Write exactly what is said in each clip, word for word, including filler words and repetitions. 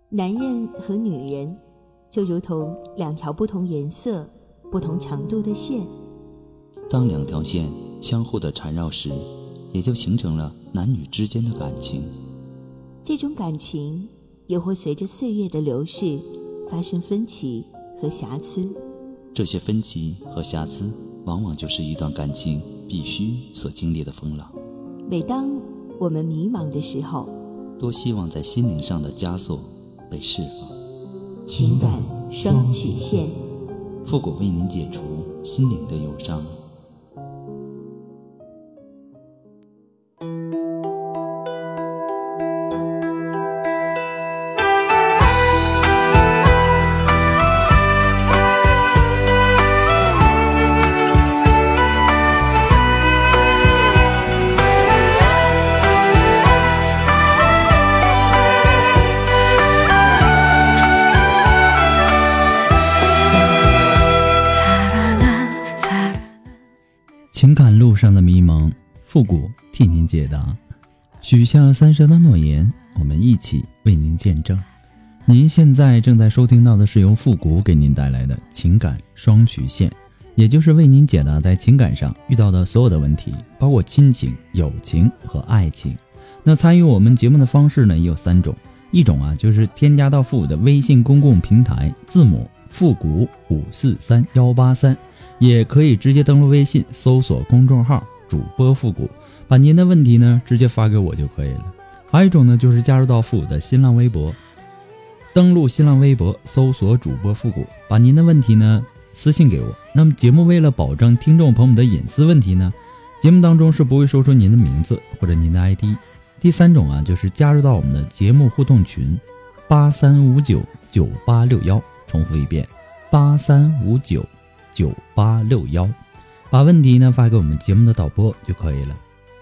男人和女人就如同两条不同颜色、不同长度的线， 当两条线相互的缠绕时，也就形成了男女之间的感情。 这种感情也会随着岁月的流逝发生分歧和瑕疵， 这些分歧和瑕疵往往就是一段感情必须所经历的风浪。 每当我们迷茫的时候， 多希望在心灵上的枷锁被释放。 情感双曲线， 复古为您解除心灵的忧伤。 情感路上的迷茫，复古替您解答。许下三生的诺言，我们一起为您见证。您现在正在收听到的是由复古给您带来的情感双曲线，也就是为您解答在情感上遇到的所有的问题，包括亲情、友情和爱情。那参与我们节目的方式呢，也有三种。一种啊，就是添加到复古的微信公共平台，字母复古五四三一八三，也可以直接登录微信搜索公众号主播复古，把您的问题呢直接发给我就可以了。还有一种呢，就是加入到复古的新浪微博，登录新浪微博搜索主播复古，把您的问题呢私信给我。那么节目为了保证听众朋友们的隐私问题呢，节目当中是不会说出您的名字或者您的 I D。 第三种啊，就是加入到我们的节目互动群八三五九九八六一，重复一遍八三五九九八六一，把问题呢发给我们节目的导播就可以了。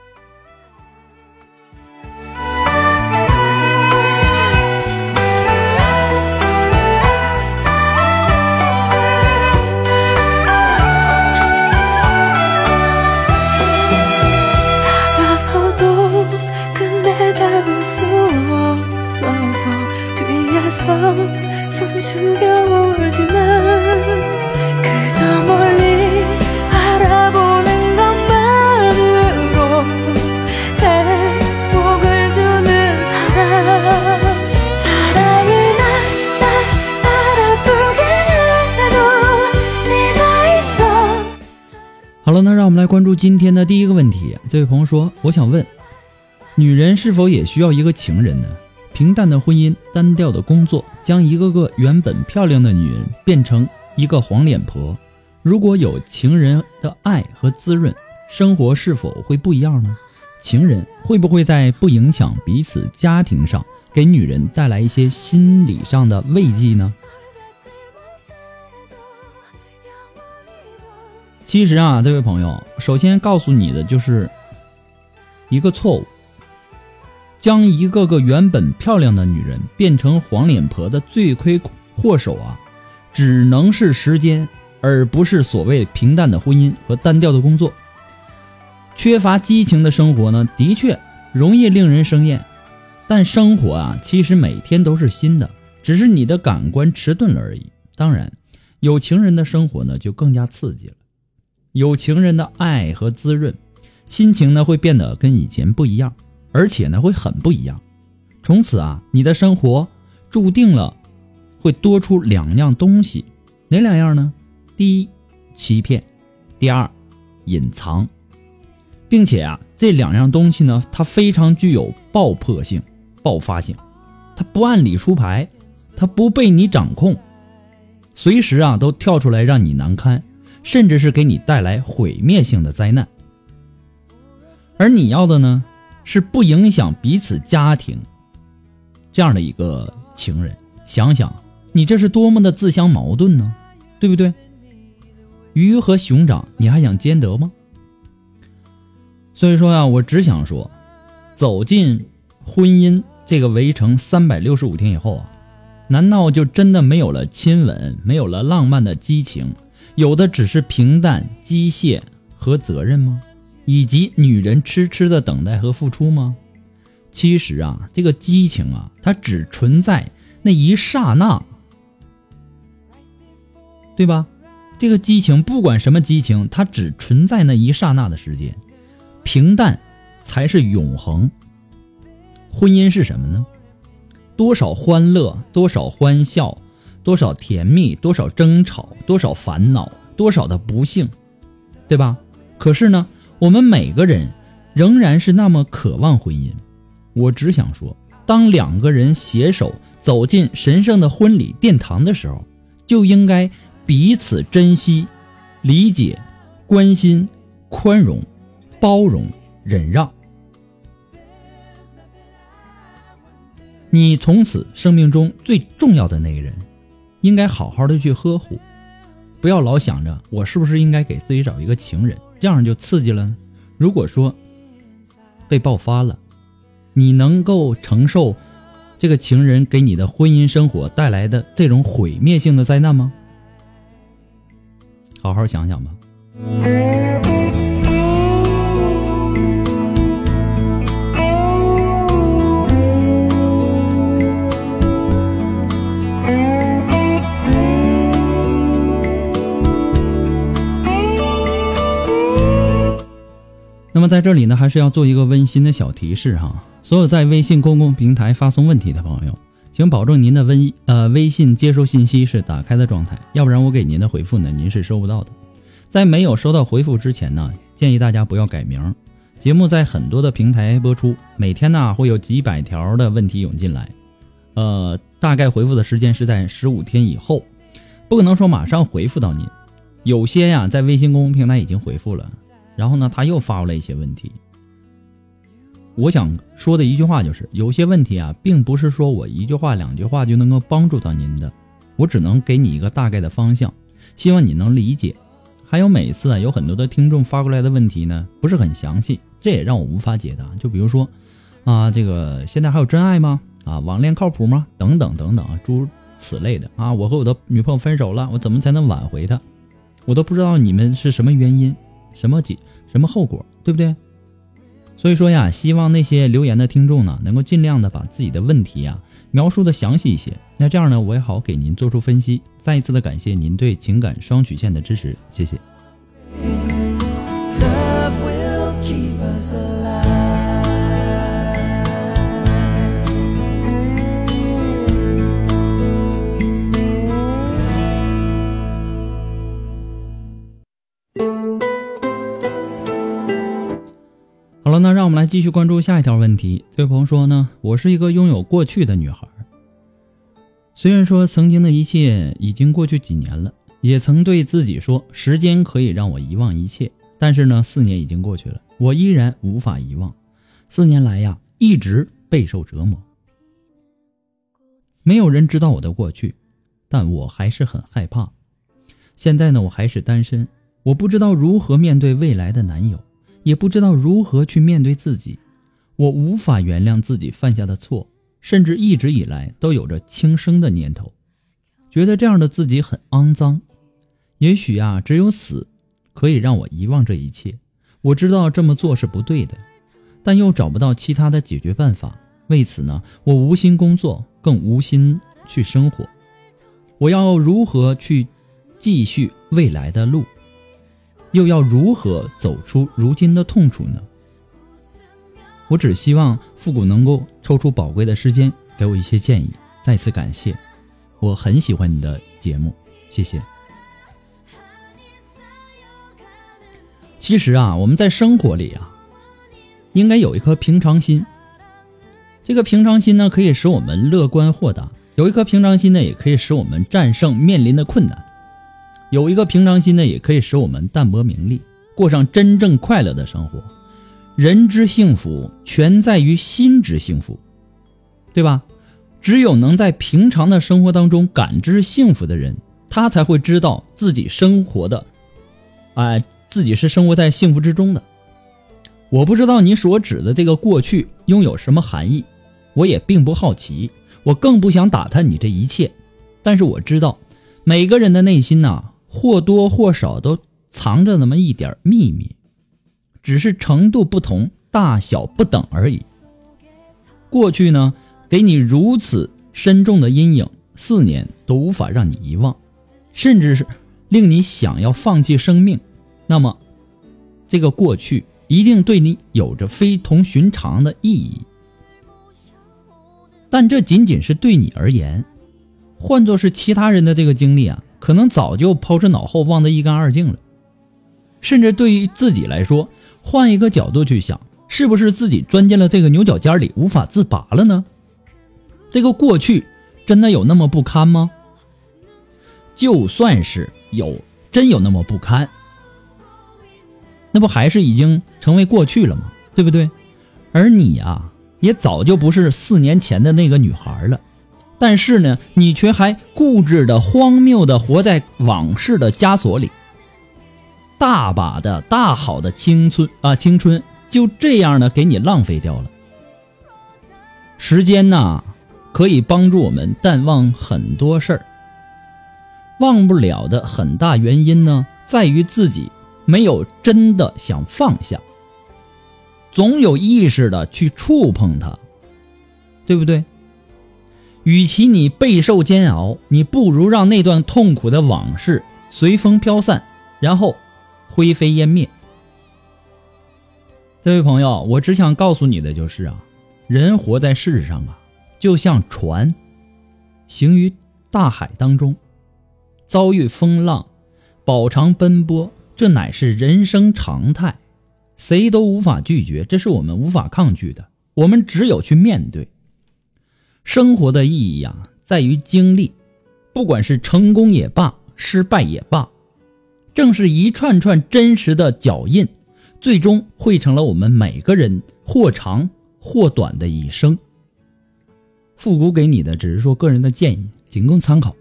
好了，那让我们来关注今天的第一个问题。这位朋友说，我想问，女人是否也需要一个情人呢？平淡的婚姻，单调的工作，将一个个原本漂亮的女人变成一个黄脸婆。如果有情人的爱和滋润，生活是否会不一样呢？情人会不会在不影响彼此家庭上，给女人带来一些心理上的慰藉呢？其实啊，这位朋友，首先告诉你的就是一个错误。将一个个原本漂亮的女人变成黄脸婆的罪魁祸首啊，只能是时间，而不是所谓平淡的婚姻和单调的工作。缺乏激情的生活呢，的确容易令人生厌，但生活啊，其实每天都是新的，只是你的感官迟钝了而已。当然，有情人的生活呢，就更加刺激了。有情人的爱和滋润，心情呢会变得跟以前不一样，而且呢会很不一样。从此啊，你的生活注定了会多出两样东西。哪两样呢？第一，欺骗；第二，隐藏。并且啊，这两样东西呢，它非常具有爆破性、爆发性。它不按理出牌，它不被你掌控，随时啊都跳出来让你难堪，甚至是给你带来毁灭性的灾难。而你要的呢，是不影响彼此家庭这样的一个情人。想想你这是多么的自相矛盾呢，对不对？鱼和熊掌你还想兼得吗？所以说啊，我只想说，走进婚姻这个围城三百六十五天以后啊，难道就真的没有了亲吻，没有了浪漫的激情，有的只是平淡、机械和责任吗？以及女人痴痴的等待和付出吗？其实啊，这个激情啊，它只存在那一刹那，对吧？这个激情不管什么激情，它只存在那一刹那的时间，平淡才是永恒。婚姻是什么呢？多少欢乐，多少欢笑，多少甜蜜，多少争吵，多少烦恼，多少的不幸，对吧？可是呢，我们每个人仍然是那么渴望婚姻。我只想说，当两个人携手走进神圣的婚礼殿堂的时候，就应该彼此珍惜、理解、关心、宽容、包容、忍让。你从此生命中最重要的那个人，应该好好的去呵护，不要老想着我是不是应该给自己找一个情人，这样就刺激了。如果说被爆发了，你能够承受这个情人给你的婚姻生活带来的这种毁灭性的灾难吗？好好想想吧。那么在这里呢，还是要做一个温馨的小提示哈，所有在微信公共平台发送问题的朋友，请保证您的微呃微信接收信息是打开的状态，要不然我给您的回复呢，您是收不到的。在没有收到回复之前呢，建议大家不要改名。节目在很多的平台播出，每天呢会有几百条的问题涌进来，呃，大概回复的时间是在十五天以后，不可能说马上回复到您。有些呀，在微信公共平台已经回复了。然后呢，他又发过来一些问题。我想说的一句话就是，有些问题啊，并不是说我一句话两句话就能够帮助到您的，我只能给你一个大概的方向，希望你能理解。还有每次啊，有很多的听众发过来的问题呢，不是很详细，这也让我无法解答。就比如说啊，这个现在还有真爱吗？啊，网恋靠谱吗？等等等等啊，诸如此类的啊，我和我的女朋友分手了，我怎么才能挽回她？我都不知道你们是什么原因。什么结什么后果，对不对？所以说呀，希望那些留言的听众呢，能够尽量的把自己的问题啊描述的详细一些，那这样呢，我也好给您做出分析。再一次的感谢您对情感双曲线的支持，谢谢。好了，那让我们来继续关注下一条问题。这位朋友说呢，我是一个拥有过去的女孩，虽然说曾经的一切已经过去几年了，也曾对自己说时间可以让我遗忘一切，但是呢，四年已经过去了，我依然无法遗忘。四年来呀，一直备受折磨。没有人知道我的过去，但我还是很害怕。现在呢，我还是单身，我不知道如何面对未来的男友，也不知道如何去面对自己。我无法原谅自己犯下的错，甚至一直以来都有着轻生的念头，觉得这样的自己很肮脏。也许啊，只有死可以让我遗忘这一切。我知道这么做是不对的，但又找不到其他的解决办法。为此呢，我无心工作，更无心去生活。我要如何去继续未来的路，又要如何走出如今的痛楚呢？我只希望复古能够抽出宝贵的时间给我一些建议。再次感谢，我很喜欢你的节目，谢谢。其实啊，我们在生活里啊，应该有一颗平常心。这个平常心呢，可以使我们乐观豁达；有一颗平常心呢，也可以使我们战胜面临的困难；有一个平常心呢，也可以使我们淡泊名利，过上真正快乐的生活。人之幸福，全在于心之幸福，对吧？只有能在平常的生活当中感知幸福的人，他才会知道自己生活的，哎、呃，自己是生活在幸福之中的。我不知道你所指的这个过去拥有什么含义，我也并不好奇，我更不想打探你这一切。但是我知道，每个人的内心呐，或多或少都藏着那么一点秘密，只是程度不同，大小不等而已。过去呢，给你如此深重的阴影，四年都无法让你遗忘，甚至是令你想要放弃生命，那么这个过去一定对你有着非同寻常的意义。但这仅仅是对你而言，换作是其他人的这个经历啊，可能早就抛之脑后，忘得一干二净了。甚至对于自己来说，换一个角度去想，是不是自己钻进了这个牛角尖里无法自拔了呢？这个过去真的有那么不堪吗？就算是有，真有那么不堪，那不还是已经成为过去了吗？对不对？而你啊，也早就不是四年前的那个女孩了，但是呢，你却还固执的、荒谬的活在往事的枷锁里。大把的大好的青春啊，青春就这样的给你浪费掉了。时间呢，可以帮助我们淡忘很多事儿，忘不了的很大原因呢，在于自己没有真的想放下，总有意识的去触碰它，对不对？与其你备受煎熬，你不如让那段痛苦的往事随风飘散，然后灰飞烟灭。这位朋友，我只想告诉你的就是啊，人活在世上啊，就像船行于大海当中，遭遇风浪，饱尝奔波，这乃是人生常态，谁都无法拒绝，这是我们无法抗拒的，我们只有去面对。生活的意义啊，在于经历，不管是成功也罢，失败也罢，正是一串串真实的脚印，最终汇成了我们每个人或长或短的一生。复古给你的只是说个人的建议，仅供参考。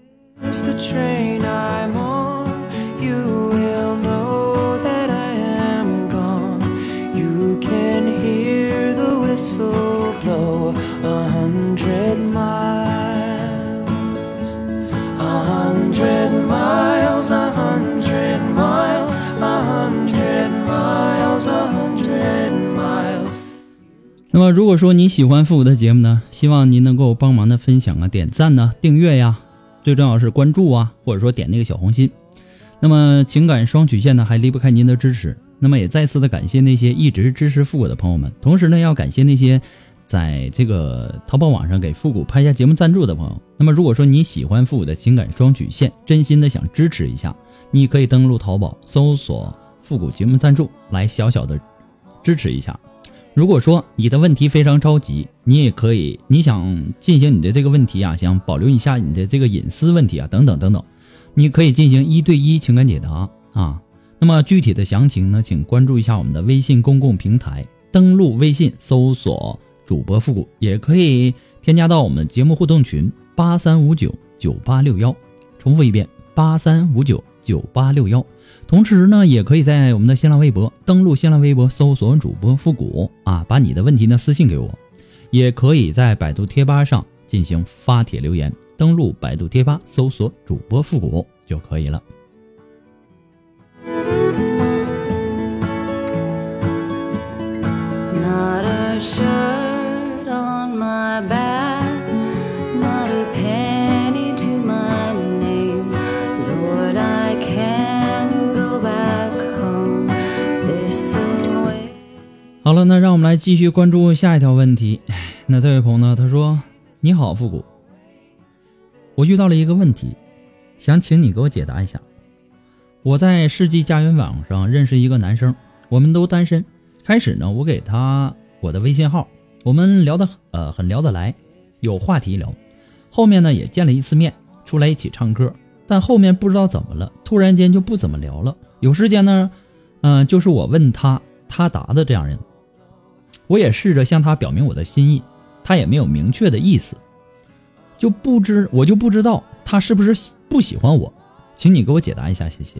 那么如果说你喜欢复古的节目呢，希望您能够帮忙的分享啊、点赞呢、订阅呀，最重要是关注啊，或者说点那个小红心。那么情感双曲线呢，还离不开您的支持。那么也再次的感谢那些一直支持复古的朋友们，同时呢，要感谢那些在这个淘宝网上给复古拍下节目赞助的朋友。那么如果说你喜欢复古的情感双曲线，真心的想支持一下，你可以登录淘宝搜索复古节目赞助，来小小的支持一下。如果说你的问题非常着急，你也可以，你想进行你的这个问题啊，想保留一下你的这个隐私问题啊，等等等等，你可以进行一对一情感解答啊。那么具体的详情呢，请关注一下我们的微信公共平台，登录微信搜索主播复古，也可以添加到我们节目互动群八三五九九八六一，重复一遍八三五九九八六一。同时呢，也可以在我们的新浪微博登录新浪微博搜索主播复古啊，把你的问题呢私信给我，也可以在百度贴吧上进行发帖留言，登录百度贴吧搜索主播复古就可以了。Not a shirt on my back, not a penny to my name, Lord, I can't go back home this way。 好了，那让我们来继续关注下一条问题。那这位朋友呢，他说：你好复古，我遇到了一个问题，想请你给我解答一下。我在世纪佳缘网上认识一个男生，我们都单身。开始呢，我给他我的微信号，我们聊得呃很聊得来，有话题聊。后面呢也见了一次面，出来一起唱歌，但后面不知道怎么了，突然间就不怎么聊了。有时间呢，嗯、呃，就是我问他，他答的这样人。我也试着向他表明我的心意，他也没有明确的意思，就不知我就不知道他是不是不喜欢我，请你给我解答一下，谢谢。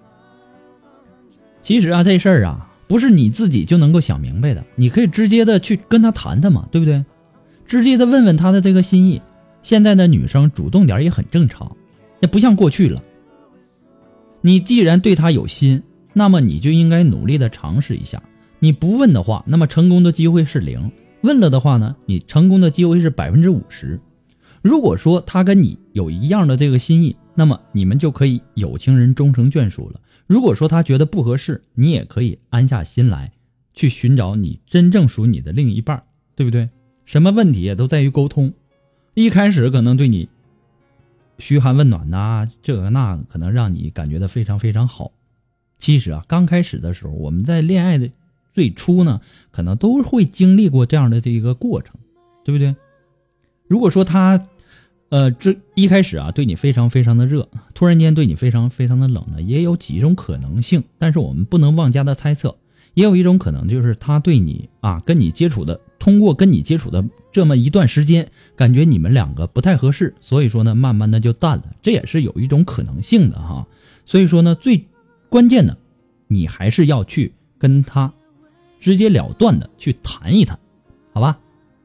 其实啊，这事儿啊，不是你自己就能够想明白的，你可以直接的去跟他谈谈嘛，对不对？直接的问问他的这个心意。现在的女生主动点也很正常，也不像过去了。你既然对他有心，那么你就应该努力的尝试一下。你不问的话，那么成功的机会是零；问了的话呢，你成功的机会是百分之五十。 如果说他跟你有一样的这个心意，那么你们就可以有情人终成眷属了。如果说他觉得不合适，你也可以安下心来去寻找你真正属于你的另一半，对不对？什么问题也都在于沟通。一开始可能对你嘘寒问暖呐，这个那可能让你感觉到非常非常好。其实啊，刚开始的时候，我们在恋爱的最初呢，可能都会经历过这样的这个过程，对不对？如果说他呃，这一开始啊对你非常非常的热，突然间对你非常非常的冷呢，也有几种可能性，但是我们不能妄加的猜测。也有一种可能就是他对你啊跟你接触的，通过跟你接触的这么一段时间，感觉你们两个不太合适，所以说呢慢慢的就淡了，这也是有一种可能性的哈。所以说呢，最关键的你还是要去跟他直截了断的去谈一谈，好吧？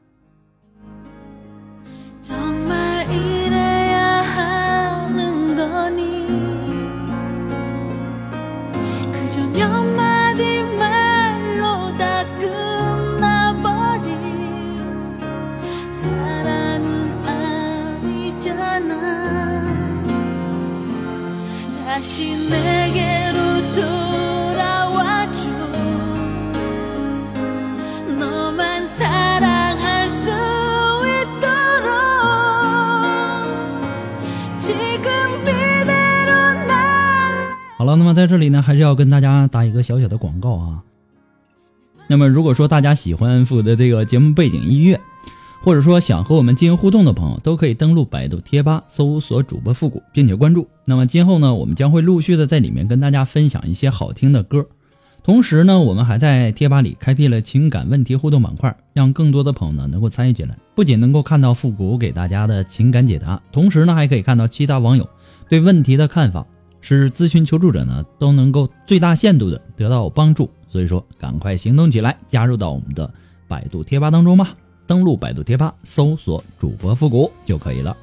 好了，那么在这里呢，还是要跟大家打一个小小的广告啊。那么如果说大家喜欢复古的这个节目背景音乐，或者说想和我们进行互动的朋友，都可以登录百度贴吧搜索主播复古并且关注。那么今后呢，我们将会陆续的在里面跟大家分享一些好听的歌。同时呢，我们还在贴吧里开辟了情感问题互动板块，让更多的朋友呢能够参与进来，不仅能够看到复古给大家的情感解答，同时呢还可以看到其他网友对问题的看法，使咨询求助者呢都能够最大限度的得到帮助。所以说赶快行动起来，加入到我们的百度贴吧当中吧。登录百度贴吧搜索主播复古就可以了。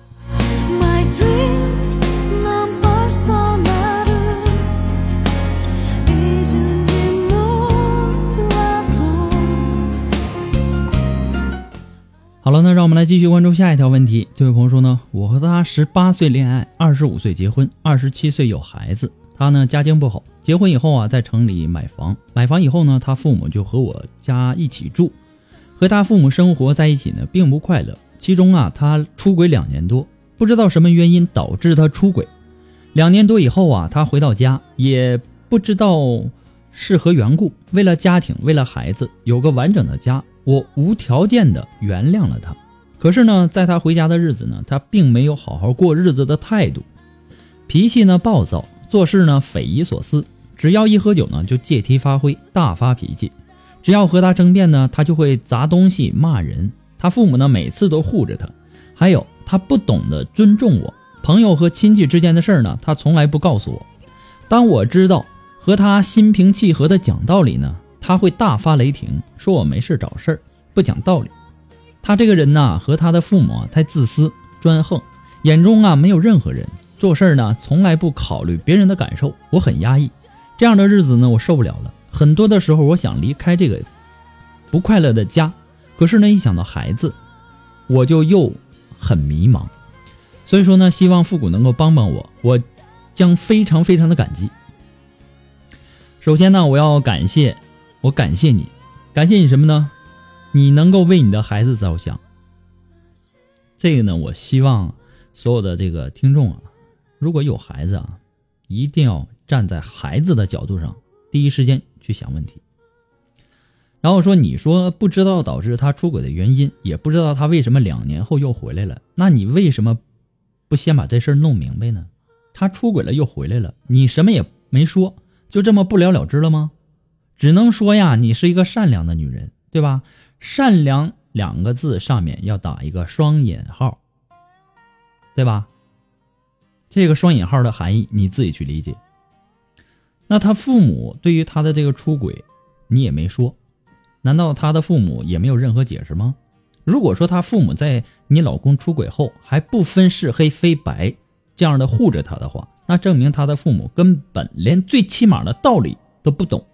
好了，那让我们来继续关注下一条问题。这位朋友说呢，我和他十八岁恋爱，二十五岁结婚，二十七岁有孩子。他呢家境不好，结婚以后啊在城里买房，买房以后呢他父母就和我家一起住，和他父母生活在一起呢并不快乐。其中啊他出轨两年多，不知道什么原因导致他出轨。两年多以后啊他回到家，也不知道是何缘故，为了家庭，为了孩子，有个完整的家，我无条件的原谅了他。可是呢在他回家的日子呢，他并没有好好过日子的态度，脾气呢暴躁，做事呢匪夷所思，只要一喝酒呢就借题发挥，大发脾气。只要和他争辩呢，他就会砸东西骂人。他父母呢每次都护着他，还有他不懂得尊重我，朋友和亲戚之间的事呢他从来不告诉我。当我知道和他心平气和的讲道理呢，他会大发雷霆，说我没事找事儿，不讲道理。他这个人呢和他的父母啊太自私专横，眼中啊没有任何人，做事呢从来不考虑别人的感受，我很压抑。这样的日子呢我受不了了，很多的时候我想离开这个不快乐的家，可是呢一想到孩子，我就又很迷茫。所以说呢希望复古能够帮帮我，我将非常非常的感激。首先呢我要感谢我感谢你感谢你什么呢？你能够为你的孩子着想。这个呢我希望所有的这个听众啊，如果有孩子啊，一定要站在孩子的角度上，第一时间去想问题。然后说你说不知道导致他出轨的原因，也不知道他为什么两年后又回来了，那你为什么不先把这事儿弄明白呢？他出轨了又回来了，你什么也没说，就这么不了了之了吗？只能说呀，你是一个善良的女人，对吧？善良两个字上面要打一个双引号，对吧？这个双引号的含义你自己去理解。那他父母对于他的这个出轨你也没说，难道他的父母也没有任何解释吗？如果说他父母在你老公出轨后还不分是黑非白这样的护着他的话，那证明他的父母根本连最起码的道理都不懂。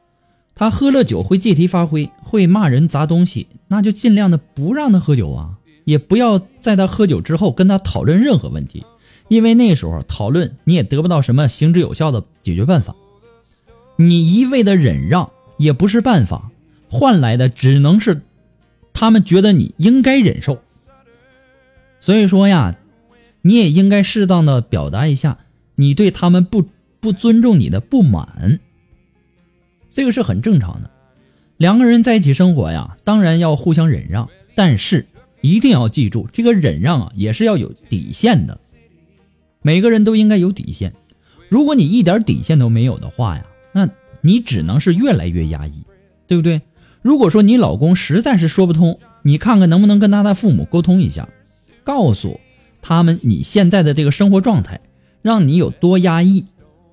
他喝了酒会借题发挥，会骂人砸东西，那就尽量的不让他喝酒啊， 也不要在他喝酒之后跟他讨论任何问题，因为那时候讨论你也得不到什么行之有效的解决办法。你一味的忍让也不是办法，换来的只能是他们觉得你应该忍受。所以说呀，你也应该适当的表达一下你对他们不不尊重你的不满，这个是很正常的。两个人在一起生活呀，当然要互相忍让，但是一定要记住，这个忍让啊也是要有底线的。每个人都应该有底线，如果你一点底线都没有的话呀，那你只能是越来越压抑，对不对？如果说你老公实在是说不通，你看看能不能跟他的父母沟通一下，告诉他们你现在的这个生活状态让你有多压抑。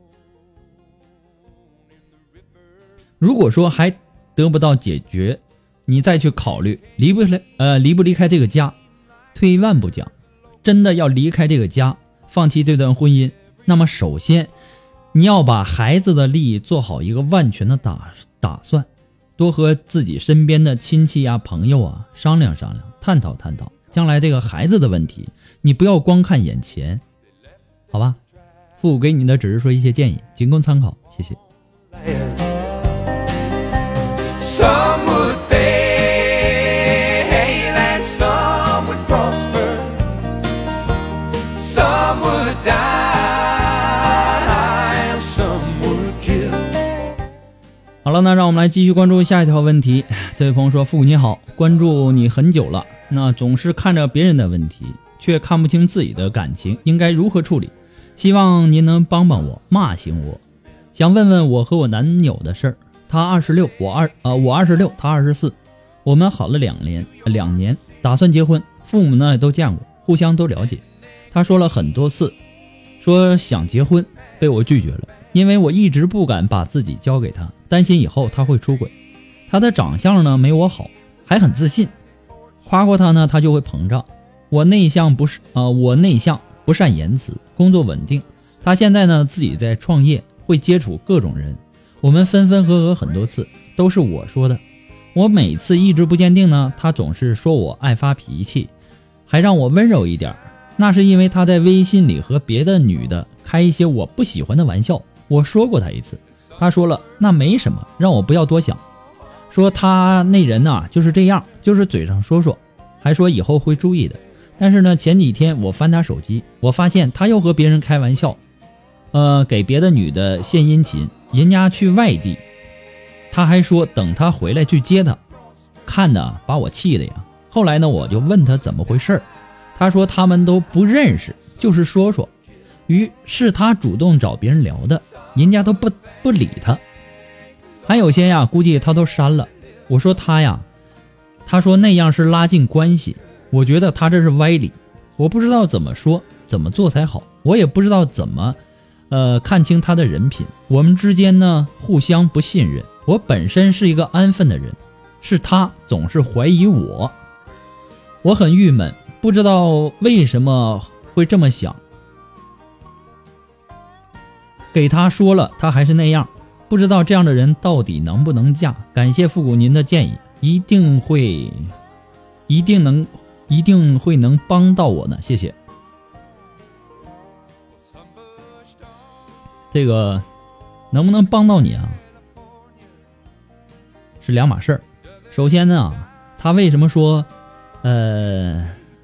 如果说还得不到解决，你再去考虑离不离呃离不离开这个家。退一万步讲，真的要离开这个家，放弃这段婚姻，那么首先你要把孩子的利益做好一个万全的打打算，多和自己身边的亲戚啊朋友啊商量商量，探讨探讨将来这个孩子的问题，你不要光看眼前，好吧？父母给你的只是说一些建议，仅供参考，谢谢。 Some would fail and some would prosper. Some would die and some would kill. 好了，那让我们来继续关注下一条问题。这位朋友说，父母你好，关注你很久了，那总是看着别人的问题，却看不清自己的感情，应该如何处理？希望您能帮帮我，骂醒我。想问问我和我男友的事儿。他二十六，我二呃我二十六，他二十四，我们好了两年两年，打算结婚，父母呢都见过，互相都了解。他说了很多次，说想结婚，被我拒绝了，因为我一直不敢把自己交给他，担心以后他会出轨。他的长相呢没我好，还很自信，夸过他呢他就会膨胀。我内向不是呃我内向不善言辞，工作稳定。他现在呢自己在创业，会接触各种人。我们分分合合很多次，都是我说的。我每次意志不坚定呢，他总是说我爱发脾气，还让我温柔一点。那是因为他在微信里和别的女的开一些我不喜欢的玩笑，我说过他一次，他说了那没什么，让我不要多想，说他那人呐、啊、就是这样，就是嘴上说说，还说以后会注意的。但是呢，前几天我翻他手机，我发现他又和别人开玩笑，呃，给别的女的献殷勤，人家去外地，他还说等他回来去接他，看的把我气的呀。后来呢，我就问他怎么回事，他说他们都不认识，就是说说，于是他主动找别人聊的，人家都不不理他。还有些呀，估计他都删了。我说他呀，他说那样是拉近关系，我觉得他这是歪理，我不知道怎么说怎么做才好，我也不知道怎么呃，看清他的人品。我们之间呢互相不信任，我本身是一个安分的人，是他总是怀疑我，我很郁闷，不知道为什么会这么想。给他说了，他还是那样，不知道这样的人到底能不能嫁。感谢复古您的建议，一定会一定能一定会能帮到我呢，谢谢。这个能不能帮到你啊，是两码事儿。首先呢，他为什么说呃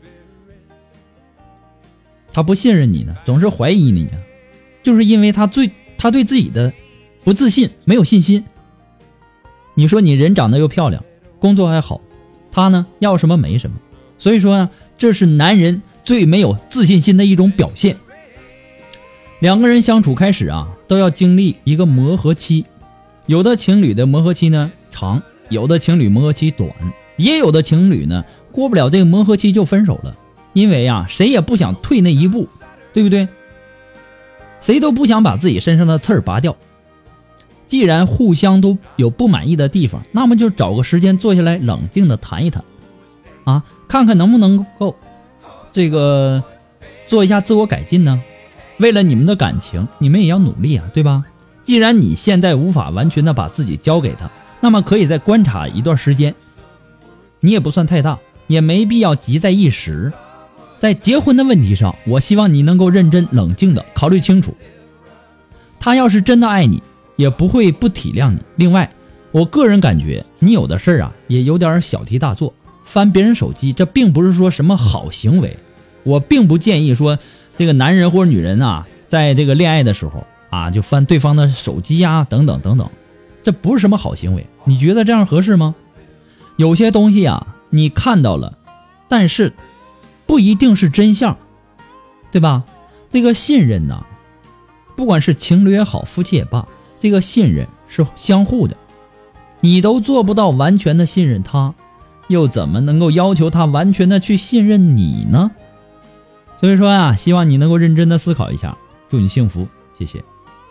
他不信任你呢，总是怀疑你呢？就是因为他最他对自己的不自信，没有信心。你说你人长得又漂亮，工作还好，他呢要什么没什么，所以说呢，这是男人最没有自信心的一种表现。两个人相处开始啊，都要经历一个磨合期，有的情侣的磨合期呢长，有的情侣磨合期短，也有的情侣呢过不了这个磨合期就分手了。因为啊，谁也不想退那一步，对不对？谁都不想把自己身上的刺儿拔掉。既然互相都有不满意的地方，那么就找个时间坐下来冷静的谈一谈啊，看看能不能够这个做一下自我改进呢？为了你们的感情，你们也要努力啊，对吧？既然你现在无法完全的把自己交给他，那么可以再观察一段时间，你也不算太大， 也没必要急在一时。在结婚的问题上，我希望你能够认真冷静的考虑清楚。他要是真的爱你，也不会不体谅你。另外，我个人感觉你有的事儿啊，也有点小题大做，翻别人手机，这并不是说什么好行为。我并不建议说这个男人或者女人啊，在这个恋爱的时候啊，就翻对方的手机呀，等等等等，这不是什么好行为。你觉得这样合适吗？有些东西啊，你看到了，但是不一定是真相，对吧？这个信任呢，不管是情侣也好，夫妻也罢，这个信任是相互的。你都做不到完全的信任他，又怎么能够要求他完全的去信任你呢？所以说啊，希望你能够认真的思考一下，祝你幸福，谢谢。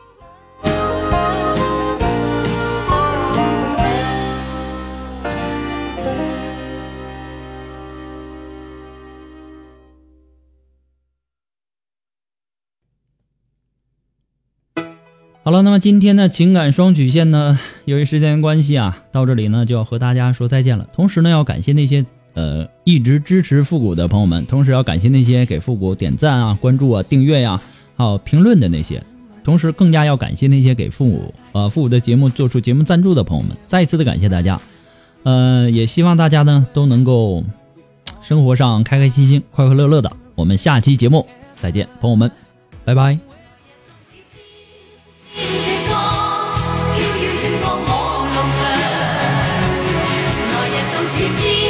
好了，那么今天的情感双曲线呢，由于时间关系啊，到这里呢就要和大家说再见了。同时呢，要感谢那些呃一直支持复古的朋友们，同时要感谢那些给复古点赞啊、关注啊、订阅呀、啊、还有评论的那些，同时更加要感谢那些给复古呃复古的节目做出节目赞助的朋友们，再一次的感谢大家。呃，也希望大家呢都能够生活上开开心心、快快乐乐的。我们下期节目再见，朋友们，拜拜。 是